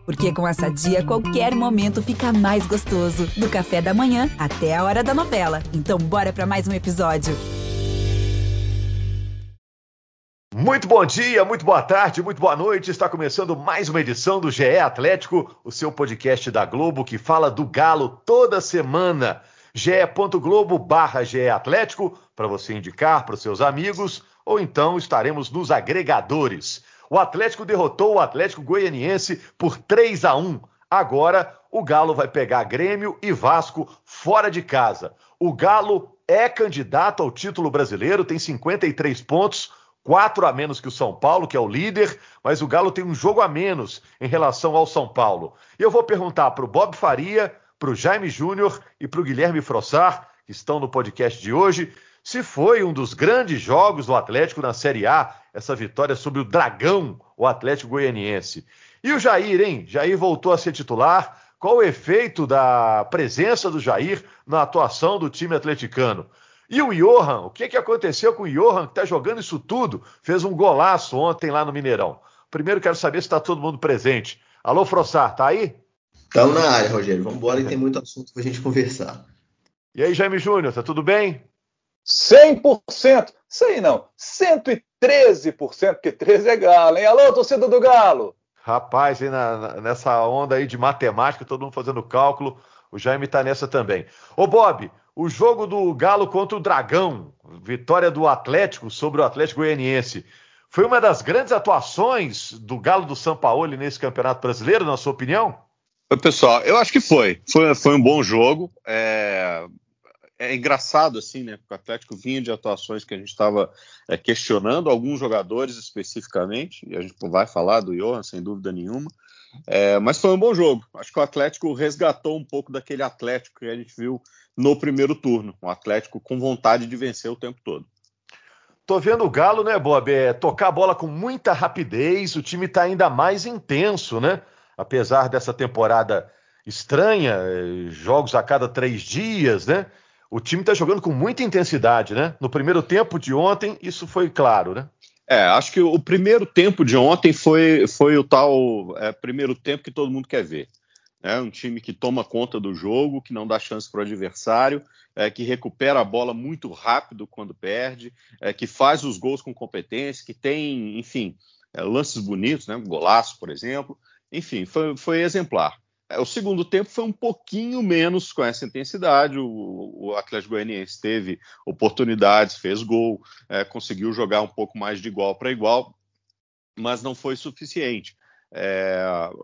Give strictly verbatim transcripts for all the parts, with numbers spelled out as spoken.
Porque com essa dia, qualquer momento fica mais gostoso. Do café da manhã até a hora da novela. Então bora pra mais um episódio. Muito bom dia, muito boa tarde, muito boa noite. Está começando mais uma edição do G E Atlético, o seu podcast da Globo que fala do Galo toda semana. ge.globo barra GE Atlético, para você indicar para os seus amigos, ou então estaremos nos agregadores. O Atlético derrotou o Atlético Goianiense por três a um. Agora, o Galo vai pegar Grêmio e Vasco fora de casa. O Galo é candidato ao título brasileiro, tem cinquenta e três pontos, quatro a menos que o São Paulo, que é o líder, mas o Galo tem um jogo a menos em relação ao São Paulo. E eu vou perguntar para o Bob Faria, para o Jaime Júnior e para o Guilherme Frossar, que estão no podcast de hoje, se foi um dos grandes jogos do Atlético na Série A, essa vitória sobre o Dragão, o Atlético Goianiense. E o Jair, hein? Jair voltou a ser titular. Qual o efeito da presença do Jair na atuação do time atleticano? E o Johan, o que, que aconteceu com o Johan, que está jogando isso tudo? Fez um golaço ontem lá no Mineirão. Primeiro quero saber se está todo mundo presente. Alô, Frossar, tá aí? Estamos na área, Rogério. Vamos embora, e tem muito assunto para a gente conversar. E aí, Jaime Júnior, tá tudo bem? cem por cento. Sei não, cento e treze por cento, porque treze é Galo, hein? Alô, torcida do Galo! Rapaz, aí na, na, nessa onda aí de matemática, todo mundo fazendo cálculo, o Jaime tá nessa também. Ô Bob, o jogo do Galo contra o Dragão, vitória do Atlético sobre o Atlético Goianiense, foi uma das grandes atuações do Galo do Sampaoli nesse Campeonato Brasileiro, na sua opinião? Pessoal, eu acho que foi. Foi, foi um bom jogo. É... É engraçado, assim, né? Porque o Atlético vinha de atuações que a gente estava é, questionando alguns jogadores especificamente, e a gente vai falar do Johan, sem dúvida nenhuma, é, mas foi um bom jogo. Acho que o Atlético resgatou um pouco daquele Atlético que a gente viu no primeiro turno, um Atlético com vontade de vencer o tempo todo. Tô vendo o Galo, né, Bob? É, tocar a bola com muita rapidez, o time tá ainda mais intenso, né? Apesar dessa temporada estranha, jogos a cada três dias, né? O time está jogando com muita intensidade, né? No primeiro tempo de ontem, isso foi claro, né? É, acho que o primeiro tempo de ontem foi, foi o tal é, primeiro tempo que todo mundo quer ver. É um time que toma conta do jogo, que não dá chance para o adversário, é, que recupera a bola muito rápido quando perde, é, que faz os gols com competência, que tem, enfim, é, lances bonitos, né? Um golaço, por exemplo. Enfim, foi, foi exemplar. O segundo tempo foi um pouquinho menos com essa intensidade, o, o Atlético Goianiense teve oportunidades, fez gol, é, conseguiu jogar um pouco mais de igual para igual, mas não foi suficiente. É,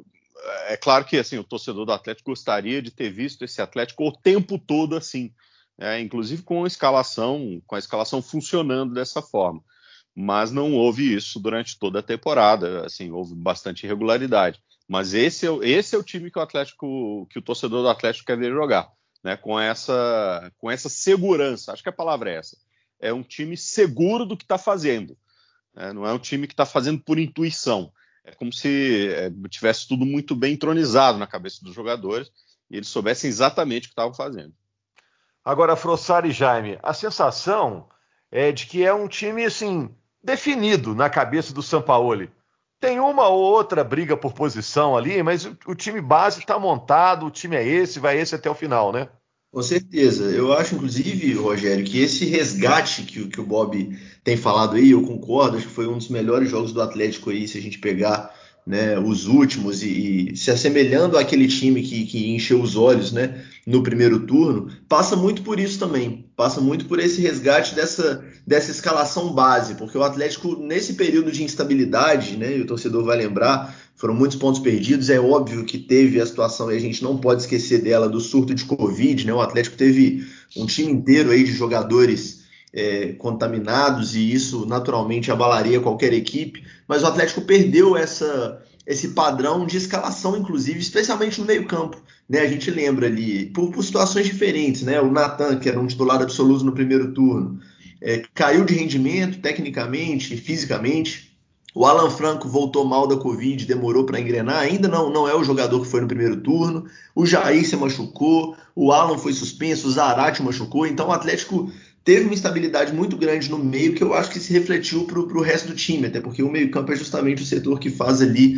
é claro que assim, o torcedor do Atlético gostaria de ter visto esse Atlético o tempo todo assim, é, inclusive com a escalação, com a escalação funcionando dessa forma, mas não houve isso durante toda a temporada, assim, houve bastante irregularidade. Mas esse é, esse é o time que o Atlético, que o torcedor do Atlético quer ver jogar, né? Com essa, com essa segurança. Acho que a palavra é essa. É um time seguro do que está fazendo, né? Não é um time que está fazendo por intuição. É como se é, tivesse tudo muito bem entronizado na cabeça dos jogadores e eles soubessem exatamente o que estavam fazendo. Agora, Frossar e Jaime, a sensação é de que é um time assim definido na cabeça do Sampaoli. Tem uma ou outra briga por posição ali, mas o, o time base está montado, o time é esse, vai esse até o final, né? Com certeza. Eu acho, inclusive, Rogério, que esse resgate que, que o Bob tem falado aí, eu concordo, acho que foi um dos melhores jogos do Atlético aí, se a gente pegar, né, os últimos e, e se assemelhando àquele time que, que encheu os olhos, né, no primeiro turno, passa muito por isso também, passa muito por esse resgate dessa, dessa escalação base, porque o Atlético, nesse período de instabilidade, né, e o torcedor vai lembrar, foram muitos pontos perdidos, é óbvio que teve a situação, e a gente não pode esquecer dela, do surto de Covid, né, o Atlético teve um time inteiro aí de jogadores é, contaminados, e isso naturalmente abalaria qualquer equipe, mas o Atlético perdeu essa, esse padrão de escalação, inclusive, especialmente no meio campo, né? A gente lembra ali, por, por situações diferentes, né? O Nathan, que era um titular absoluto no primeiro turno, é, caiu de rendimento, tecnicamente, fisicamente. O Alan Franco voltou mal da Covid, demorou para engrenar, ainda não, não é o jogador que foi no primeiro turno. O Jair se machucou, o Alan foi suspenso, o Zarate machucou, então o Atlético teve uma instabilidade muito grande no meio, que eu acho que se refletiu para o resto do time, até porque o meio-campo é justamente o setor que faz ali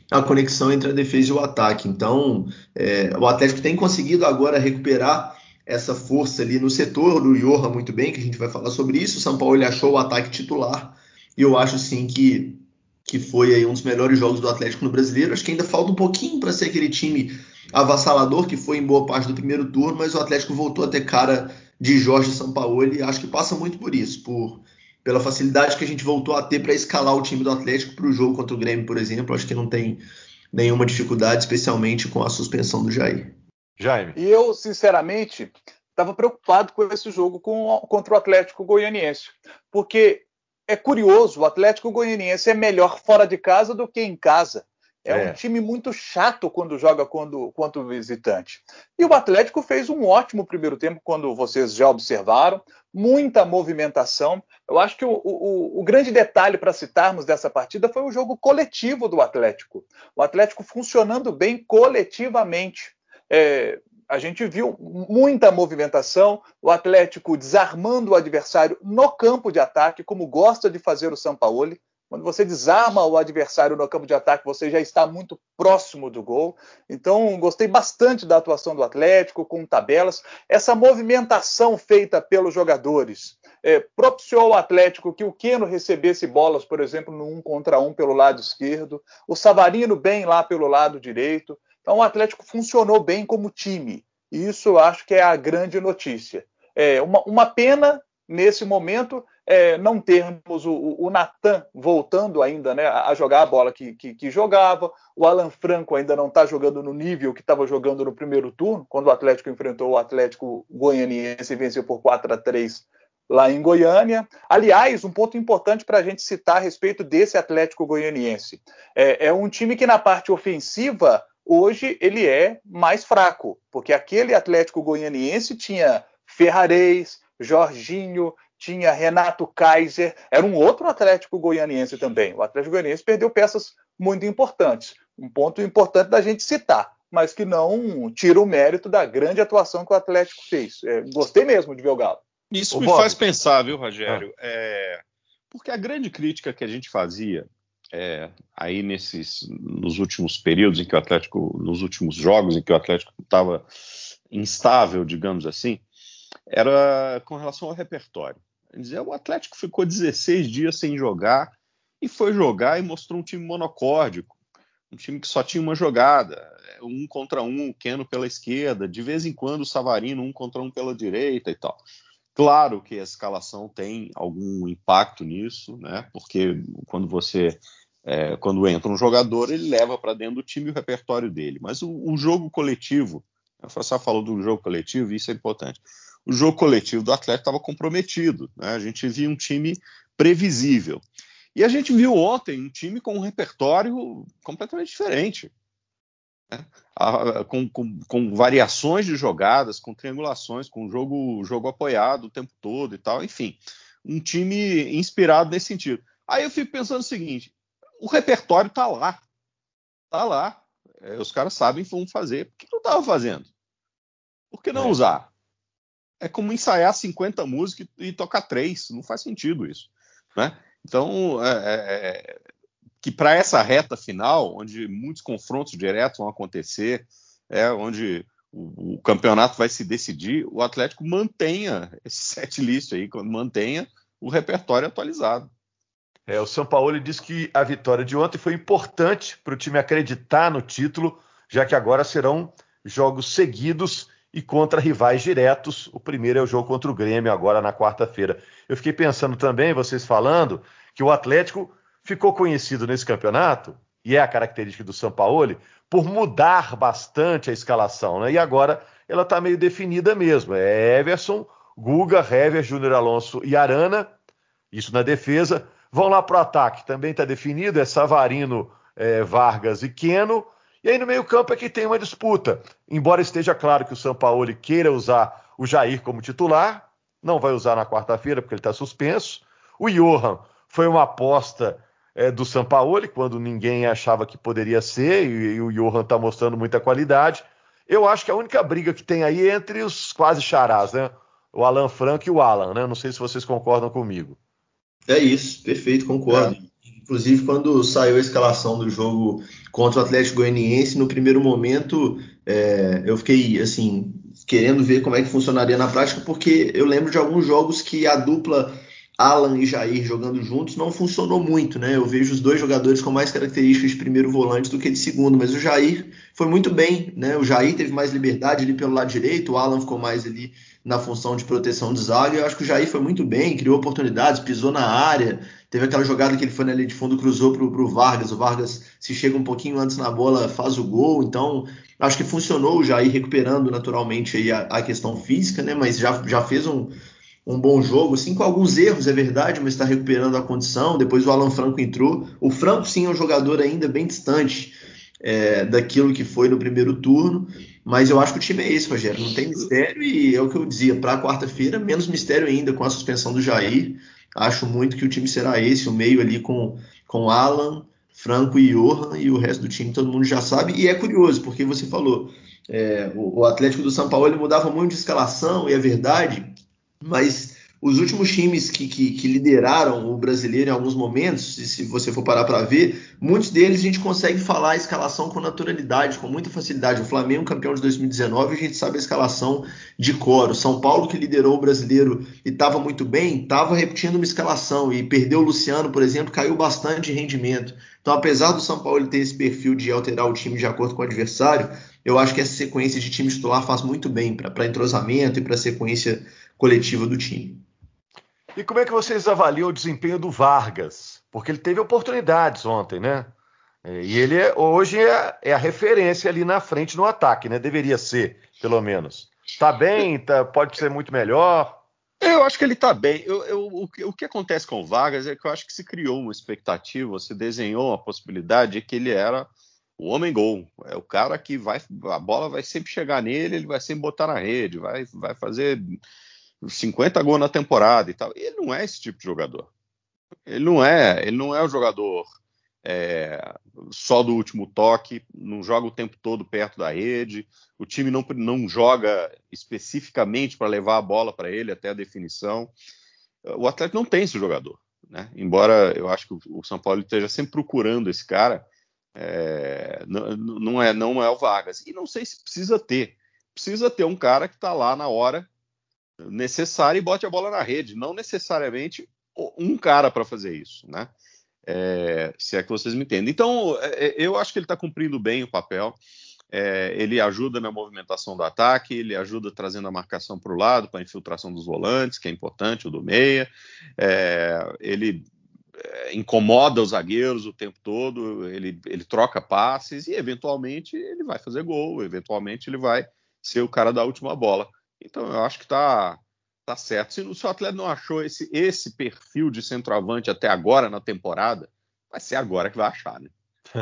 a conexão entre a defesa e o ataque. Então, é, o Atlético tem conseguido agora recuperar essa força ali no setor, do Johan muito bem, que a gente vai falar sobre isso. O São Paulo ele achou o ataque titular, e eu acho sim que, que foi aí um dos melhores jogos do Atlético no Brasileiro. Acho que ainda falta um pouquinho para ser aquele time avassalador que foi em boa parte do primeiro turno, mas o Atlético voltou a ter cara de Jorge Sampaoli, e acho que passa muito por isso, por, pela facilidade que a gente voltou a ter para escalar o time do Atlético para o jogo contra o Grêmio, por exemplo. Acho que não tem nenhuma dificuldade, especialmente com a suspensão do Jair. Jaime. E eu, sinceramente, estava preocupado com esse jogo com, contra o Atlético Goianiense, porque é curioso, o Atlético Goianiense é melhor fora de casa do que em casa. É, é. um time muito chato quando joga quando, contra o visitante. E o Atlético fez um ótimo primeiro tempo, quando vocês já observaram, muita movimentação. Eu acho que o, o, o grande detalhe para citarmos dessa partida foi o jogo coletivo do Atlético. O Atlético funcionando bem coletivamente. É, a gente viu muita movimentação, o Atlético desarmando o adversário no campo de ataque, como gosta de fazer o Sampaoli. Quando você desarma o adversário no campo de ataque, você já está muito próximo do gol. Então, gostei bastante da atuação do Atlético, com tabelas. Essa movimentação feita pelos jogadores é, propiciou ao Atlético que o Keno recebesse bolas, por exemplo, no um contra um pelo lado esquerdo, o Savarino bem lá pelo lado direito. Então, o Atlético funcionou bem como time. E isso eu acho que é a grande notícia. É uma, uma pena, nesse momento, é, não termos o, o Natan voltando ainda, né, a jogar a bola que, que, que jogava. O Alan Franco ainda não está jogando no nível que estava jogando no primeiro turno, quando o Atlético enfrentou o Atlético Goianiense e venceu por quatro a três lá em Goiânia. Aliás, um ponto importante para a gente citar a respeito desse Atlético Goianiense. É, é um time que na parte ofensiva hoje ele é mais fraco, porque aquele Atlético Goianiense tinha Ferrarez, Jorginho, tinha Renato Kaiser, era um outro Atlético Goianiense também. O Atlético Goianiense perdeu peças muito importantes, um ponto importante da gente citar, mas que não tira o mérito da grande atuação que o Atlético fez. É, gostei mesmo de ver o Galo. Isso Ô, me Bob. faz pensar, viu, Rogério? Ah. É... Porque a grande crítica que a gente fazia É, aí nesses, nos últimos períodos em que o Atlético, nos últimos jogos em que o Atlético estava instável, digamos assim, era com relação ao repertório. Dizer, o Atlético ficou dezesseis dias sem jogar e foi jogar e mostrou um time monocórdico, um time que só tinha uma jogada, um contra um, o Keno pela esquerda, de vez em quando o Savarino um contra um pela direita e tal. Claro que a escalação tem algum impacto nisso, né? Porque quando você é, quando entra um jogador, ele leva para dentro do time o repertório dele. Mas o, o jogo coletivo, a Fassá falou do jogo coletivo, e isso é importante. O jogo coletivo do Atlético estava comprometido, né? A gente via um time previsível. E a gente viu ontem um time com um repertório completamente diferente, né? a, com, com, com variações de jogadas, com triangulações, com jogo, jogo apoiado o tempo todo e tal. Enfim, um time inspirado nesse sentido. Aí eu fico pensando o seguinte, o repertório está lá. Está lá. É, os caras sabem como fazer. Por que não estava fazendo? Por que não é. usar? É como ensaiar cinquenta músicas e, e tocar três. Não faz sentido isso, né? Então, é, é, que para essa reta final, onde muitos confrontos diretos vão acontecer, é, onde o, o campeonato vai se decidir, o Atlético mantenha esse set list aí, mantenha o repertório atualizado. É, o Sampaoli disse que a vitória de ontem foi importante para o time acreditar no título, já que agora serão jogos seguidos e contra rivais diretos. O primeiro é o jogo contra o Grêmio, agora na quarta-feira. Eu fiquei pensando também, vocês falando, que o Atlético ficou conhecido nesse campeonato, e é a característica do Sampaoli, por mudar bastante a escalação, né? E agora ela está meio definida mesmo. É Everson, Guga, Hever, Júnior Alonso e Arana, isso na defesa. Vão lá para o ataque, também está definido, é Savarino, é, Vargas e Keno. E aí no meio campo é que tem uma disputa. Embora esteja claro que o Sampaoli queira usar o Jair como titular, não vai usar na quarta-feira porque ele está suspenso. O Johan foi uma aposta é, do Sampaoli, quando ninguém achava que poderia ser, e, e o Johan está mostrando muita qualidade. Eu acho que a única briga que tem aí é entre os quase charás, né? O Alan Franco e o Alan, né? Não sei se vocês concordam comigo. É isso, perfeito, concordo. Inclusive, quando saiu a escalação do jogo contra o Atlético Goianiense, no primeiro momento é, eu fiquei assim querendo ver como é que funcionaria na prática, porque eu lembro de alguns jogos que a dupla Alan e Jair jogando juntos não funcionou muito, né? Eu vejo os dois jogadores com mais características de primeiro volante do que de segundo, mas o Jair foi muito bem, né? O Jair teve mais liberdade ali pelo lado direito, o Alan ficou mais ali na função de proteção de zaga. Eu acho que o Jair foi muito bem, criou oportunidades, pisou na área, teve aquela jogada que ele foi na linha de fundo, cruzou pro, pro Vargas, o Vargas se chega um pouquinho antes na bola, faz o gol, então acho que funcionou o Jair recuperando naturalmente aí a, a questão física, né? Mas já, já fez um um bom jogo, assim, com alguns erros, é verdade, mas está recuperando a condição. Depois o Alan Franco entrou. O Franco, sim, é um jogador ainda bem distante é, daquilo que foi no primeiro turno, mas eu acho que o time é esse, Rogério. Não tem mistério e é o que eu dizia, para quarta-feira, menos mistério ainda com a suspensão do Jair. Acho muito que o time será esse, o meio ali com, com Alan, Franco e Johan, e o resto do time todo mundo já sabe. E é curioso, porque você falou, é, o, o Atlético do São Paulo ele mudava muito de escalação, e é verdade, mas os últimos times que, que, que lideraram o brasileiro em alguns momentos, se você for parar para ver, muitos deles a gente consegue falar a escalação com naturalidade, com muita facilidade. O Flamengo, campeão de dois mil e dezenove, a gente sabe a escalação de cor. O São Paulo, que liderou o brasileiro e estava muito bem, estava repetindo uma escalação e perdeu o Luciano, por exemplo, caiu bastante de rendimento. Então, apesar do São Paulo ter esse perfil de alterar o time de acordo com o adversário, eu acho que essa sequência de time titular faz muito bem para entrosamento e para a sequência coletiva do time. E como é que vocês avaliam o desempenho do Vargas? Porque ele teve oportunidades ontem, né? E ele é, hoje é, é a referência ali na frente no ataque, né? Deveria ser, pelo menos. Tá bem, tá, pode ser muito melhor. Eu acho que ele tá bem. Eu, eu, o, que, o que acontece com o Vargas é que eu acho que se criou uma expectativa, se desenhou uma possibilidade de que ele era o homem-gol. É o cara que vai, a bola vai sempre chegar nele, ele vai sempre botar na rede, vai, vai fazer cinquenta gols na temporada e tal. E ele não é esse tipo de jogador. Ele não é, ele não é o jogador é, só do último toque, não joga o tempo todo perto da rede, o time não, não joga especificamente para levar a bola para ele até a definição. O Atlético não tem esse jogador, né? Embora eu acho que o São Paulo esteja sempre procurando esse cara, é, não, não, é, não é o Vargas. E não sei se precisa ter. Precisa ter um cara que está lá na hora necessária e bote a bola na rede, não necessariamente um cara para fazer isso, né? É, se é que vocês me entendem. Então, é, eu acho que ele está cumprindo bem o papel. É, ele ajuda na movimentação do ataque, ele ajuda trazendo a marcação para o lado, para a infiltração dos volantes, que é importante, o do meia. É, ele é, incomoda os zagueiros o tempo todo, ele, ele troca passes e, eventualmente, ele vai fazer gol, eventualmente ele vai ser o cara da última bola. Então, eu acho que tá, tá certo. Se o seu Atlético não achou esse, esse perfil de centroavante até agora na temporada, vai ser agora que vai achar, né?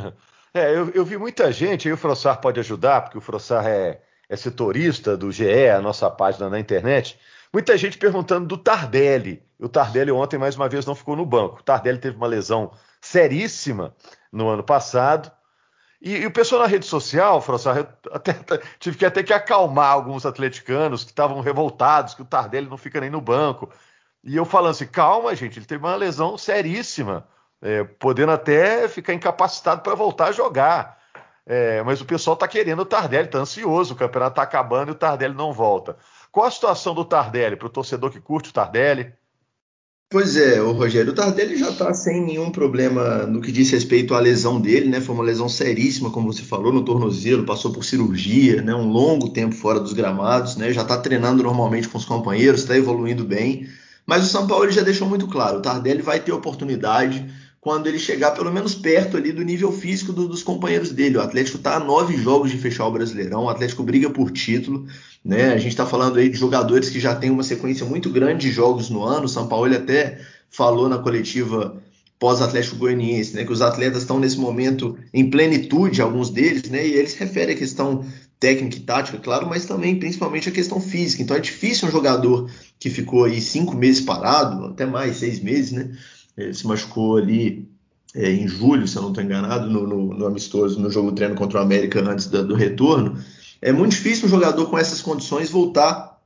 É, eu, eu vi muita gente, aí o Frossar pode ajudar, porque o Frossar é, é setorista do G E, a nossa página na internet, muita gente perguntando do Tardelli. O Tardelli ontem, mais uma vez, não ficou no banco. O Tardelli teve uma lesão seríssima no ano passado. E, e o pessoal na rede social, Frossar, eu até, tive que até que acalmar alguns atleticanos que estavam revoltados, que o Tardelli não fica nem no banco. E eu falando assim, calma, gente, ele teve uma lesão seríssima, é, podendo até ficar incapacitado para voltar a jogar. É, mas o pessoal está querendo o Tardelli, está ansioso, o campeonato está acabando e o Tardelli não volta. Qual a situação do Tardelli, para o torcedor que curte o Tardelli? Pois é, o Rogério, o Tardelli já está sem nenhum problema no que diz respeito à lesão dele, né? Foi uma lesão seríssima, como você falou, no tornozelo, passou por cirurgia, né? Um longo tempo fora dos gramados, né? Já está treinando normalmente com os companheiros, está evoluindo bem. Mas o São Paulo ele já deixou muito claro, o Tardelli vai ter oportunidade quando ele chegar pelo menos perto ali do nível físico do, dos companheiros dele. O Atlético está a nove jogos de fechar o Brasileirão, o Atlético briga por título, né? A gente está falando aí de jogadores que já tem uma sequência muito grande de jogos no ano. O São Paulo ele até falou na coletiva pós-Atlético Goianiense, né, que os atletas estão nesse momento em plenitude, alguns deles, né, e eles referem a questão técnica e tática, claro, mas também principalmente a questão física. Então é difícil um jogador que ficou aí cinco meses parado, até mais, seis meses, né? Ele se machucou ali é, em julho, se eu não estou enganado, no, no, no amistoso, no jogo treino contra o América antes da, do retorno. É muito difícil um jogador com essas condições voltar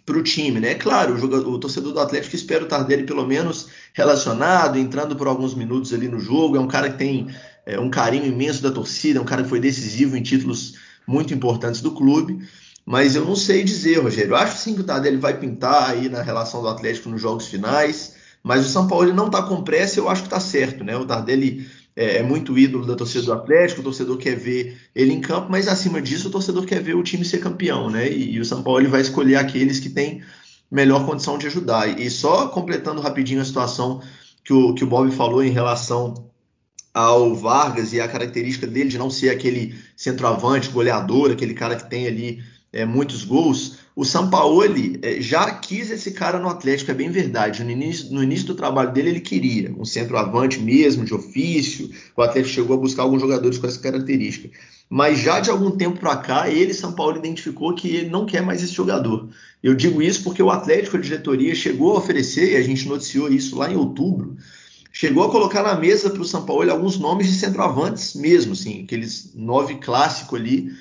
para o time, né? Claro, o, jogador, o torcedor do Atlético espera o Tardelli pelo menos relacionado, entrando por alguns minutos ali no jogo. É um cara que tem é, um carinho imenso da torcida, é um cara que foi decisivo em títulos muito importantes do clube. Mas eu não sei dizer, Rogério. Eu acho sim que o Tardelli vai pintar aí na relação do Atlético nos jogos finais, mas o Sampaoli não está com pressa, eu acho que está certo, né? O Tardelli é, é muito ídolo da torcida do Atlético, o torcedor quer ver ele em campo, mas acima disso o torcedor quer ver o time ser campeão, né? E, e o Sampaoli vai escolher aqueles que têm melhor condição de ajudar. E só completando rapidinho a situação que o, que o Bob falou em relação ao Vargas e a característica dele de não ser aquele centroavante, goleador, aquele cara que tem ali é, muitos gols, o Sampaoli é, já quis esse cara no Atlético, é bem verdade. No início, no início do trabalho dele, ele queria um centroavante mesmo, de ofício. O Atlético chegou a buscar alguns jogadores com essa característica. Mas já de algum tempo para cá, ele, Sampaoli, identificou que ele não quer mais esse jogador. Eu digo isso porque o Atlético, a diretoria, chegou a oferecer, e a gente noticiou isso lá em outubro, chegou a colocar na mesa para o Sampaoli alguns nomes de centroavantes mesmo, assim, aqueles nove clássicos ali,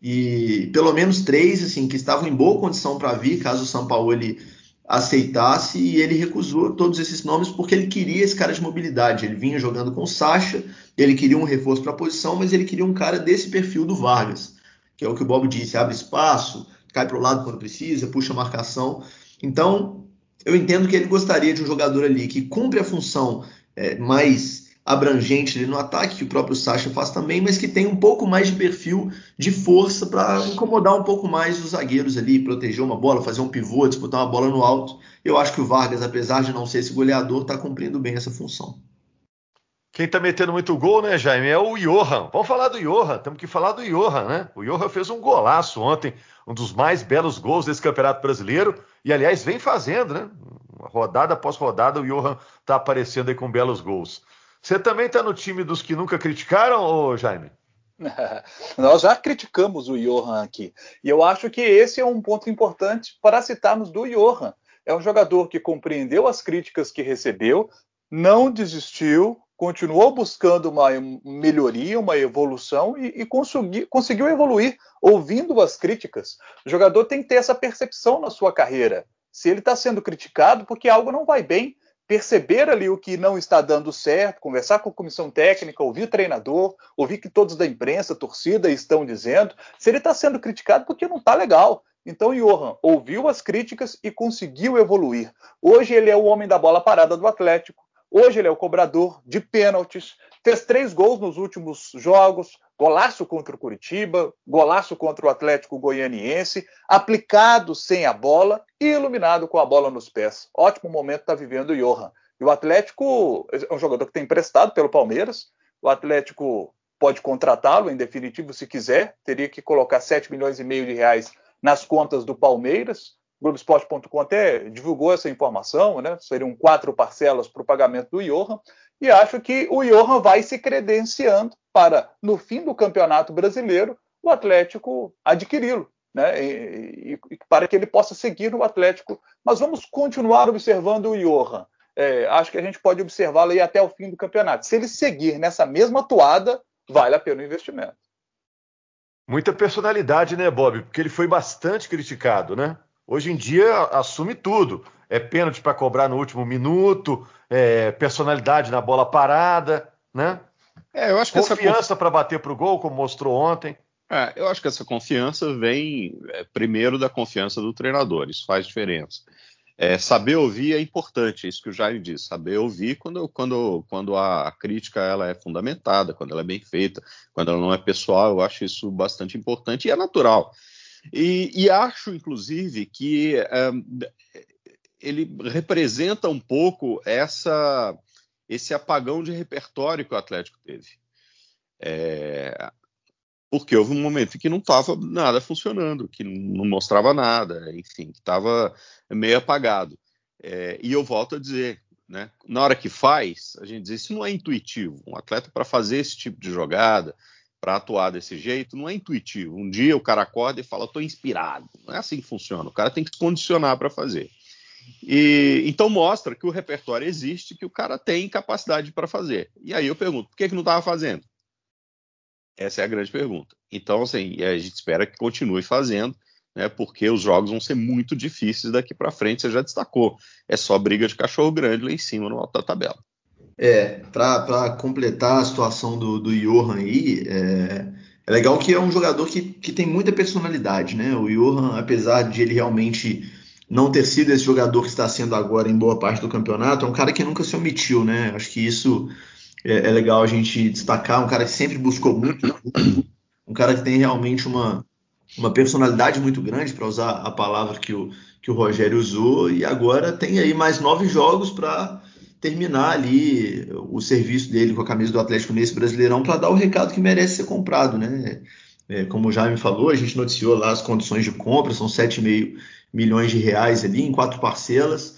e pelo menos três assim, que estavam em boa condição para vir, caso o Sampaoli aceitasse, e ele recusou todos esses nomes porque ele queria esse cara de mobilidade. Ele vinha jogando com o Sacha, ele queria um reforço para a posição, mas ele queria um cara desse perfil do Vargas, que é o que o Bob disse, abre espaço, cai para o lado quando precisa, puxa a marcação. Então, eu entendo que ele gostaria de um jogador ali que cumpre a função é, mais abrangente ali no ataque, que o próprio Sacha faz também, mas que tem um pouco mais de perfil de força para incomodar um pouco mais os zagueiros ali, proteger uma bola, fazer um pivô, disputar uma bola no alto. Eu acho que o Vargas, apesar de não ser esse goleador, está cumprindo bem essa função. Quem está metendo muito gol, né, Jaime, é o Johan. Vamos falar do Johan, temos que falar do Johan, né? O Johan fez um golaço ontem, um dos mais belos gols desse Campeonato Brasileiro, e aliás vem fazendo, né? Rodada após rodada o Johan está aparecendo aí com belos gols. Você também está no time dos que nunca criticaram, ô Jaime? Nós já criticamos o Johan aqui. E eu acho que esse é um ponto importante para citarmos do Johan. É um jogador que compreendeu as críticas que recebeu, não desistiu, continuou buscando uma melhoria, uma evolução e, e consegui, conseguiu evoluir ouvindo as críticas. O jogador tem que ter essa percepção na sua carreira. Se ele está sendo criticado porque algo não vai bem, perceber ali o que não está dando certo, conversar com a comissão técnica, ouvir o treinador, ouvir que todos da imprensa, torcida estão dizendo, se ele está sendo criticado porque não está legal. Então, Johan ouviu as críticas e conseguiu evoluir. Hoje ele é o homem da bola parada do Atlético, hoje ele é o cobrador de pênaltis, fez três gols nos últimos jogos, golaço contra o Curitiba, golaço contra o Atlético Goianiense, aplicado sem a bola e iluminado com a bola nos pés. Ótimo momento está vivendo o Johan. E o Atlético é um jogador que tem emprestado pelo Palmeiras, o Atlético pode contratá-lo em definitivo se quiser, teria que colocar sete milhões e meio de reais nas contas do Palmeiras. O Globo Esporte ponto com até divulgou essa informação, né? Seriam quatro parcelas para o pagamento do Johan, e acho que o Johan vai se credenciando para, no fim do Campeonato Brasileiro, o Atlético adquiri-lo, né? E, e, e para que ele possa seguir no Atlético. Mas vamos continuar observando o Johan. É, acho que a gente pode observá-lo aí até o fim do campeonato. Se ele seguir nessa mesma toada, vale a pena o investimento. Muita personalidade, né, Bob? Porque ele foi bastante criticado, né? Hoje em dia assume tudo. É pênalti para cobrar no último minuto, é personalidade na bola parada, né? É, eu acho que confiança essa... para bater para o gol, como mostrou ontem. É, eu acho que essa confiança vem é, primeiro da confiança do treinador. Isso faz diferença. É, saber ouvir é importante, é isso que o Jair disse. Saber ouvir quando, quando, quando a crítica ela é fundamentada, quando ela é bem feita, quando ela não é pessoal. Eu acho isso bastante importante e é natural. E, e acho, inclusive, que um, ele representa um pouco essa, esse apagão de repertório que o Atlético teve. É, porque houve um momento em que não estava nada funcionando, que não mostrava nada, enfim, que estava meio apagado. É, e eu volto a dizer, né, na hora que faz, a gente diz, isso não é intuitivo. Um atleta, para fazer esse tipo de jogada, para atuar desse jeito, não é intuitivo. Um dia o cara acorda e fala, estou inspirado. Não é assim que funciona. O cara tem que se condicionar para fazer. E, então mostra que o repertório existe, que o cara tem capacidade para fazer. E aí eu pergunto, por que, que não estava fazendo? Essa é a grande pergunta. Então, assim, a gente espera que continue fazendo. né, porque os jogos vão ser muito difíceis daqui para frente, você já destacou. É só briga de cachorro grande lá em cima no alto da tabela. É, para completar a situação do, do Johan aí, é, é legal que é um jogador que, que tem muita personalidade, né? O Johan, apesar de ele realmente não ter sido esse jogador que está sendo agora em boa parte do campeonato, é um cara que nunca se omitiu, né? Acho que isso é, é legal a gente destacar, um cara que sempre buscou muito, um cara que tem realmente uma, uma personalidade muito grande, para usar a palavra que o, que o Rogério usou, e agora tem aí mais nove jogos para terminar ali o serviço dele com a camisa do Atlético nesse Brasileirão, para dar o recado que merece ser comprado, né? É, como o Jaime falou, a gente noticiou lá as condições de compra, são sete vírgula cinco milhões de reais ali em quatro parcelas,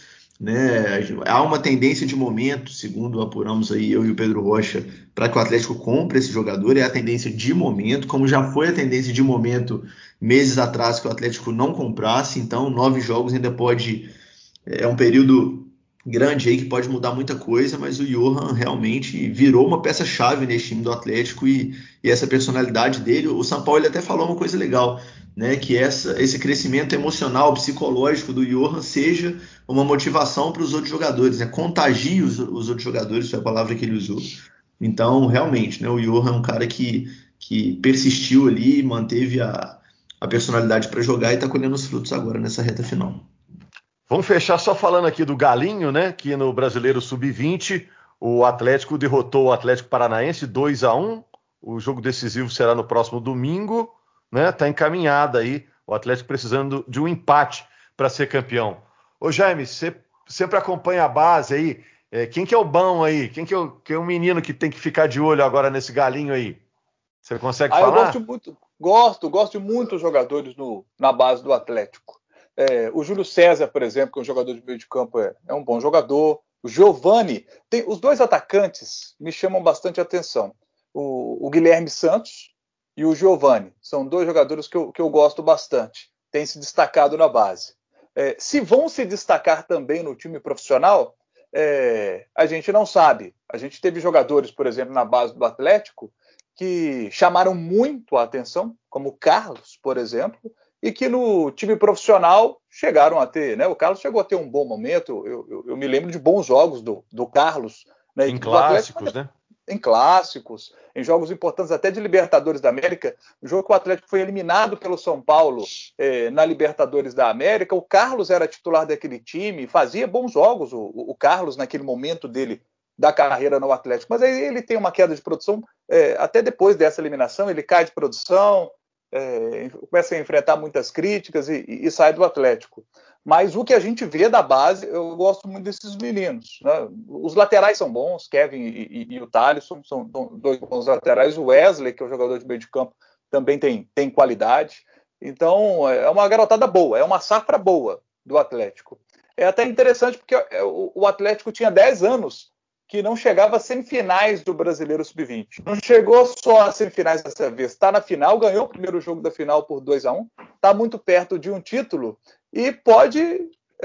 né? Há uma tendência de momento, segundo apuramos aí eu e o Pedro Rocha, para que o Atlético compre esse jogador, é a tendência de momento, como já foi a tendência de momento meses atrás que o Atlético não comprasse, então nove jogos ainda pode, é um período grande aí que pode mudar muita coisa, mas o Johan realmente virou uma peça-chave nesse time do Atlético e, e essa personalidade dele, o São Paulo ele até falou uma coisa legal, né, que essa, esse crescimento emocional, psicológico do Johan seja uma motivação para os outros jogadores, né, contagie os, os outros jogadores, foi a palavra que ele usou. Então, realmente, né, o Johan é um cara que, que persistiu ali, manteve a, a personalidade para jogar e está colhendo os frutos agora nessa reta final. Vamos fechar só falando aqui do Galinho, né? Que no Brasileiro sub vinte, o Atlético derrotou o Atlético Paranaense dois a um. O jogo decisivo será no próximo domingo, né? Tá encaminhado aí o Atlético precisando de um empate para ser campeão. Ô Jaime, você sempre acompanha a base aí. É, quem que é o bom aí? Quem que é o, que é o menino que tem que ficar de olho agora nesse Galinho aí? Você consegue ah, falar? Eu gosto muito, gosto, gosto de muitos jogadores no, na base do Atlético. É, o Júlio César, por exemplo, que é um jogador de meio de campo, é, é um bom jogador. O Giovani, tem, os dois atacantes me chamam bastante atenção. O, o Guilherme Santos e o Giovani. São dois jogadores que eu, que eu gosto bastante. Têm se destacado na base. É, se vão se destacar também no time profissional, é, a gente não sabe. A gente teve jogadores, por exemplo, na base do Atlético, que chamaram muito a atenção, como o Carlos, por exemplo, e que no time profissional chegaram a ter, né? O Carlos chegou a ter um bom momento, eu, eu, eu me lembro de bons jogos do, do Carlos. Né? Em clássicos, Atlético, né? Em clássicos, em jogos importantes até de Libertadores da América, o jogo que o Atlético foi eliminado pelo São Paulo eh, na Libertadores da América, o Carlos era titular daquele time, fazia bons jogos, o, o Carlos naquele momento dele da carreira no Atlético, mas aí ele tem uma queda de produção, eh, até depois dessa eliminação, ele cai de produção, É, começa a enfrentar muitas críticas e, e, e sai do Atlético. Mas o que a gente vê da base, eu gosto muito desses meninos, né? Os laterais são bons, Kevin e, e, e o Thalisson são dois bons laterais. O Wesley, que é o jogador de meio de campo, também tem, tem qualidade. Então é uma garotada boa, é uma safra boa do Atlético. É até interessante porque o, o Atlético tinha dez anos que não chegava às semifinais do Brasileiro sub vinte. Não chegou só às semifinais dessa vez. Está na final, ganhou o primeiro jogo da final por dois a um, está muito perto de um título e pode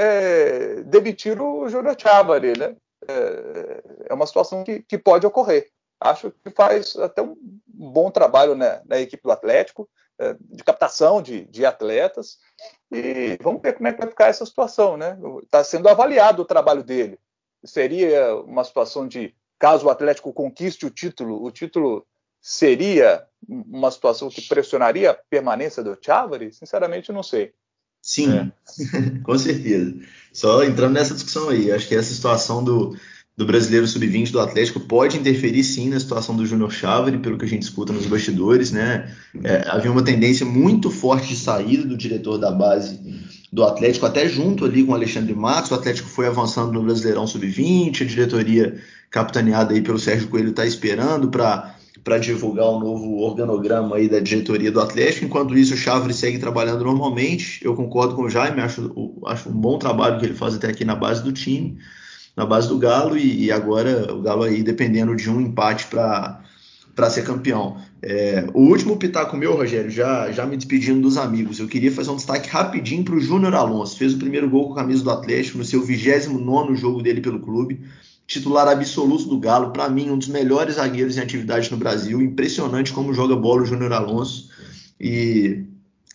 é, demitir o Júnior Chávarri, né? É, é uma situação que, que pode ocorrer. Acho que faz até um bom trabalho, né, na equipe do Atlético, é, de captação de, de atletas, e vamos ver como é que vai ficar essa situação, né? Está sendo avaliado o trabalho dele. Seria uma situação de, caso o Atlético conquiste o título, o título seria uma situação que pressionaria a permanência do Chávarri? Sinceramente, não sei. Sim, é. Com certeza. Só entrando nessa discussão aí, acho que essa situação do, do Brasileiro sub vinte do Atlético pode interferir sim na situação do Júnior Chávarri, pelo que a gente escuta nos bastidores, né? É, havia uma tendência muito forte de saída do diretor da base do Atlético, até junto ali com o Alexandre Matos. O Atlético foi avançando no Brasileirão sub vinte, a diretoria capitaneada aí pelo Sérgio Coelho está esperando para para divulgar um novo organograma aí da diretoria do Atlético. Enquanto isso, o Chávarri segue trabalhando normalmente. Eu concordo com o Jaime, acho, acho um bom trabalho que ele faz até aqui na base do time, na base do Galo, e, e agora o Galo aí dependendo de um empate para para ser campeão. É, o último pitaco meu, Rogério, já, já me despedindo dos amigos, eu queria fazer um destaque rapidinho para o Júnior Alonso. Fez o primeiro gol com a camisa do Atlético no seu vigésimo nono jogo dele pelo clube, titular absoluto do Galo, para mim um dos melhores zagueiros em atividade no Brasil. Impressionante como joga bola o Júnior Alonso, e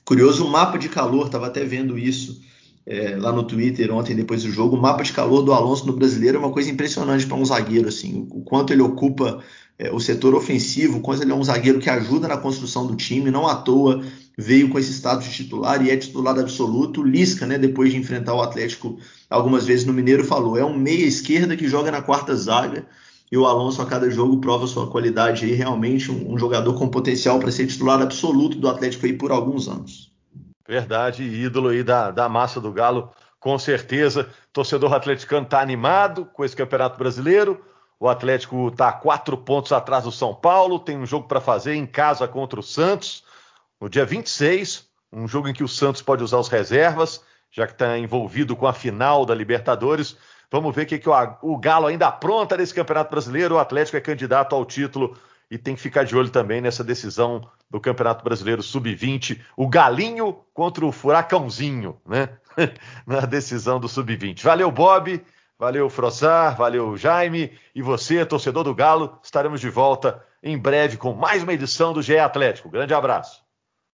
Curioso, o mapa de calor, estava até vendo isso é, lá no Twitter ontem, depois do jogo, o mapa de calor do Alonso no Brasileiro é uma coisa impressionante para um zagueiro, assim, o quanto ele ocupa é, o setor ofensivo, o quanto ele é um zagueiro que ajuda na construção do time, não à toa veio com esse status de titular e é titular absoluto. Lisca, né, depois de enfrentar o Atlético algumas vezes no Mineiro, falou, é um meia esquerda que joga na quarta zaga, e o Alonso a cada jogo prova sua qualidade aí, realmente um, um jogador com potencial para ser titular absoluto do Atlético aí por alguns anos. Verdade, ídolo aí da, da massa do Galo, com certeza. Torcedor atleticano está animado com esse Campeonato Brasileiro. O Atlético está a quatro pontos atrás do São Paulo, tem um jogo para fazer em casa contra o Santos, no dia vinte e seis, um jogo em que o Santos pode usar os reservas, já que está envolvido com a final da Libertadores. Vamos ver o que, que o, o Galo ainda apronta nesse Campeonato Brasileiro. O Atlético é candidato ao título e tem que ficar de olho também nessa decisão do Campeonato Brasileiro sub vinte. O Galinho contra o Furacãozinho, né? Na decisão do sub vinte. Valeu, Bob. Valeu, Frossar. Valeu, Jaime. E você, torcedor do Galo, estaremos de volta em breve com mais uma edição do G E Atlético. Grande abraço.